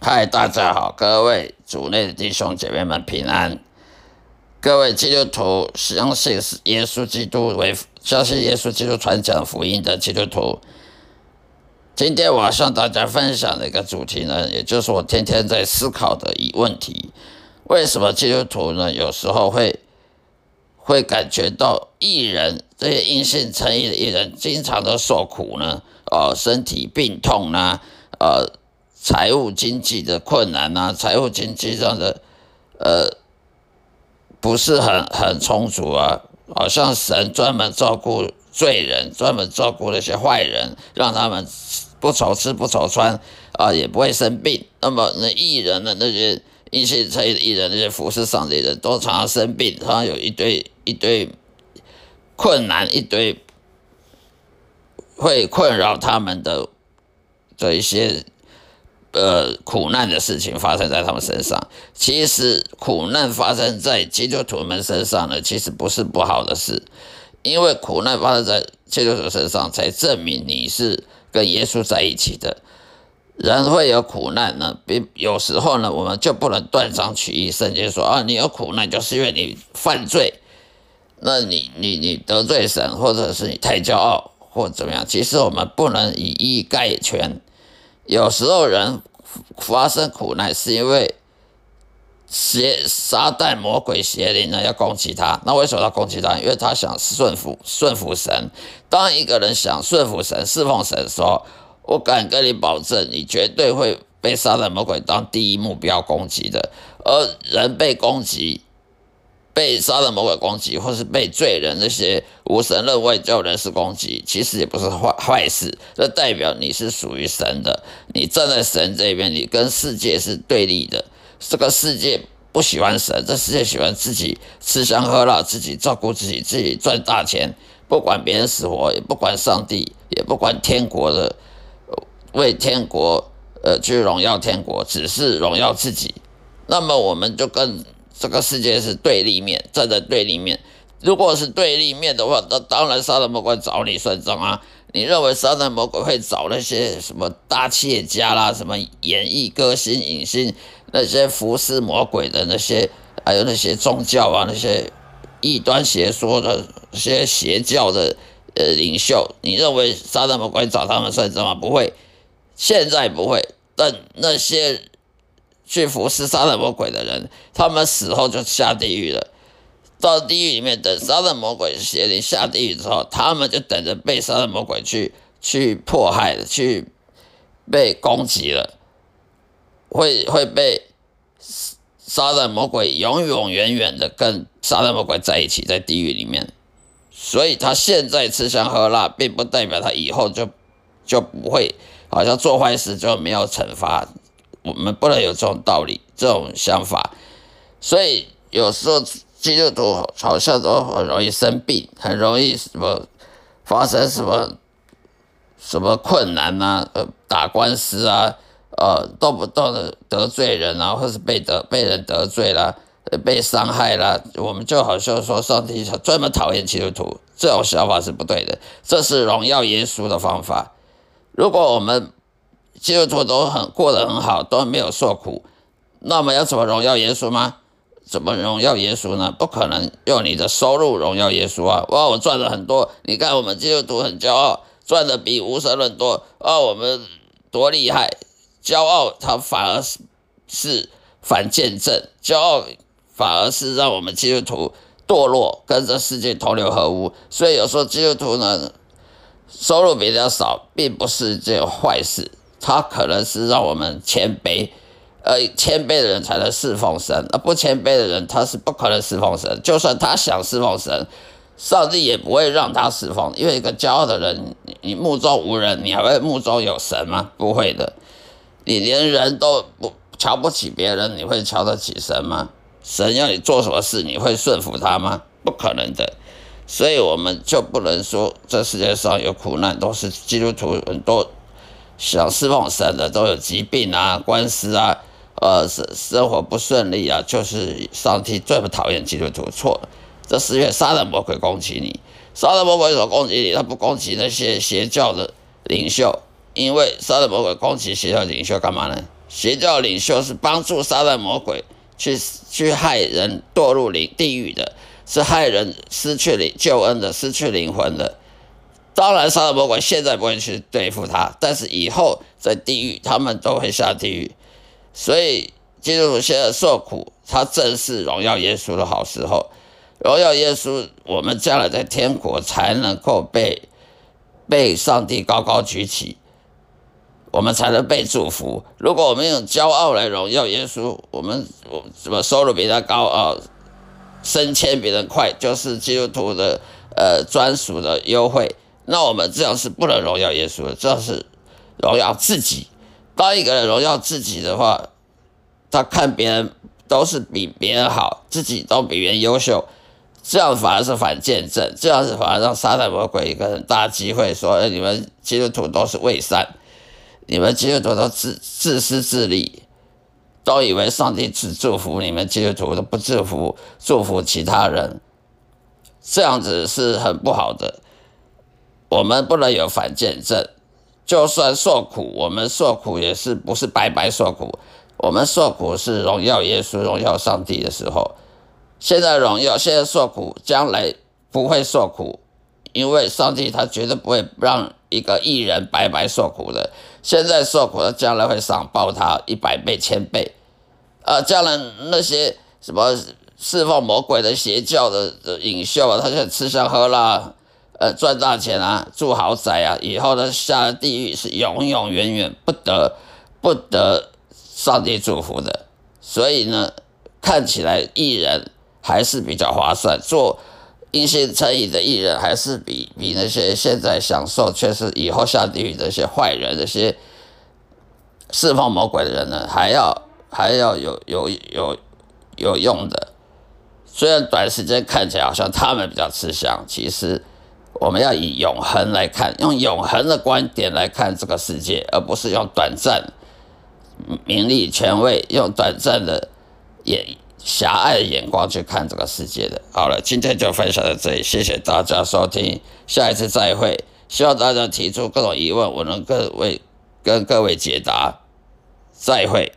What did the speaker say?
嗨，大家好，各位主内的弟兄姐妹们平安。各位基督徒，相信耶稣基督传讲福音的基督徒，今天我要向大家分享的一个主题呢，也就是我天天在思考的问题：为什么基督徒呢有时候会感觉到艺人这些因信称义的艺人经常的受苦呢？身体病痛啊，财务经济的困难啊，财务经济上的不是很充足啊，好像神专门照顾罪人，专门照顾那些坏人，让他们不愁吃不愁穿啊，也不会生病。那么那艺人的那些因信称义的艺人，那些服侍上帝的人都常常生病，常常有一堆困难，一堆会困扰他们的一些苦难的事情发生在他们身上。其实苦难发生在基督徒们身上呢，其实不是不好的事，因为苦难发生在基督徒身上，才证明你是跟耶稣在一起的。人会有苦难呢，有时候呢，我们就不能断章取义。圣经说啊，你有苦难就是因为你犯罪，那你得罪神，或者是你太骄傲，或怎么样。其实我们不能以一概全。有时候人发生苦难是因为撒旦魔鬼邪灵呢要攻击他。那为什么要攻击他？因为他想顺服神。当一个人想顺服神、侍奉神的时候，我敢跟你保证，你绝对会被撒旦魔鬼当第一目标攻击的。而人被攻击，被撒旦魔鬼攻击，或是被罪人那些无神论卫教人士攻击，其实也不是坏事。这代表你是属于神的，你站在神这边，你跟世界是对立的。这个世界不喜欢神，这世界喜欢自己吃香喝辣，自己照顾自己，自己赚大钱，不管别人死活，也不管上帝，也不管天国的，为天国去荣耀天国，只是荣耀自己。那么我们就跟这个世界是对立面，站在对立面。如果是对立面的话，那当然撒旦魔鬼找你算账啊！你认为撒旦魔鬼会找那些什么大企业家啦、什么演艺歌星、影星，那些服侍魔鬼的那些，还有那些宗教啊、那些异端邪说的那些邪教的领袖，你认为撒旦魔鬼找他们算账吗？不会，现在不会。但那些去服侍撒旦魔鬼的人，他们死后就下地狱了。到地狱里面，等撒旦魔鬼邪灵下地狱之后，他们就等着被撒旦魔鬼去迫害了，去被攻击了，会被撒旦魔鬼永永远远的跟撒旦魔鬼在一起，在地狱里面。所以他现在吃香喝辣，并不代表他以后就不会，好像做坏事就没有惩罚。我们不能有这种道理、这种想法。所以有时候基督徒好像都很容易生病，很容易发生什么困难啊，打官司啊，动不动的得罪人啊，或是被人得罪啦，被伤害啦，我们就好像说上帝专门讨厌基督徒，这种想法是不对的。这是荣耀耶稣的方法。如果我们基督徒都过得很好，都没有受苦，那么要怎么荣耀耶稣吗？怎么荣耀耶稣呢？不可能用你的收入荣耀耶稣啊！哇，我赚了很多，你看我们基督徒很骄傲，赚的比无神论多啊，我们多厉害！骄傲它反而是反见证，骄傲反而是让我们基督徒堕落，跟这世界同流合污。所以有时候基督徒呢，收入比较少，并不是这种坏事。他可能是让我们谦卑，谦卑的人才能侍奉神，而不谦卑的人他是不可能侍奉神。就算他想侍奉神，上帝也不会让他侍奉，因为一个骄傲的人，你目中无人，你还会目中有神吗？不会的。你连人都不瞧不起别人，你会瞧得起神吗？神要你做什么事，你会顺服他吗？不可能的。所以我们就不能说这世界上有苦难都是基督徒很多想侍奉神的都有疾病啊、官司啊、生活不顺利啊，就是上帝最不讨厌基督徒。错了，这是因为撒旦魔鬼攻击你，撒旦魔鬼所攻击你，他不攻击那些邪教的领袖，因为撒旦魔鬼攻击邪教领袖干嘛呢？ 邪教领袖是帮助撒旦魔鬼去害人堕入地狱的，是害人失去救恩的，失去灵魂的。当然，撒旦魔鬼现在不会去对付他，但是以后在地狱，他们都会下地狱。所以基督徒现在受苦，他正是荣耀耶稣的好时候。荣耀耶稣，我们将来在天国才能够被上帝高高举起，我们才能被祝福。如果我们用骄傲来荣耀耶稣，我什么收入比他高升迁比人快，就是基督徒的专属的优惠。那我们这样是不能荣耀耶稣的，这样是荣耀自己。当一个人荣耀自己的话，他看别人都是比别人好，自己都比别人优秀，这样反而是反见证，这样是反而让撒旦魔鬼一个很大机会说，你们基督徒都是伪善，你们基督徒都自私自利，都以为上帝只祝福你们基督徒，都不祝福其他人，这样子是很不好的。我们不能有反见证，就算受苦，我们受苦也是不是白白受苦，我们受苦是荣耀耶稣、荣耀上帝的时候。现在荣耀，现在受苦，将来不会受苦，因为上帝他绝对不会让一个义人白白受苦的。现在受苦的，将来会赏报他100倍、1000倍。将来那些什么释放魔鬼的邪教的领袖啊，他现在吃香喝辣，赚大钱啊，住豪宅啊，以后呢下了地狱是永永远远不得上帝祝福的。所以呢，看起来义人还是比较划算，做因信称义的义人还是比那些现在享受却是以后下地狱的一些坏人、这些释放魔鬼的人呢，还要有用的。虽然短时间看起来好像他们比较吃香，其实我们要以永恒来看，用永恒的观点来看这个世界，而不是用短暂名利权位，用短暂的狭隘的眼光去看这个世界的。好了，今天就分享到这里，谢谢大家收听，下一次再会。希望大家提出各种疑问，我能跟各位解答。再会。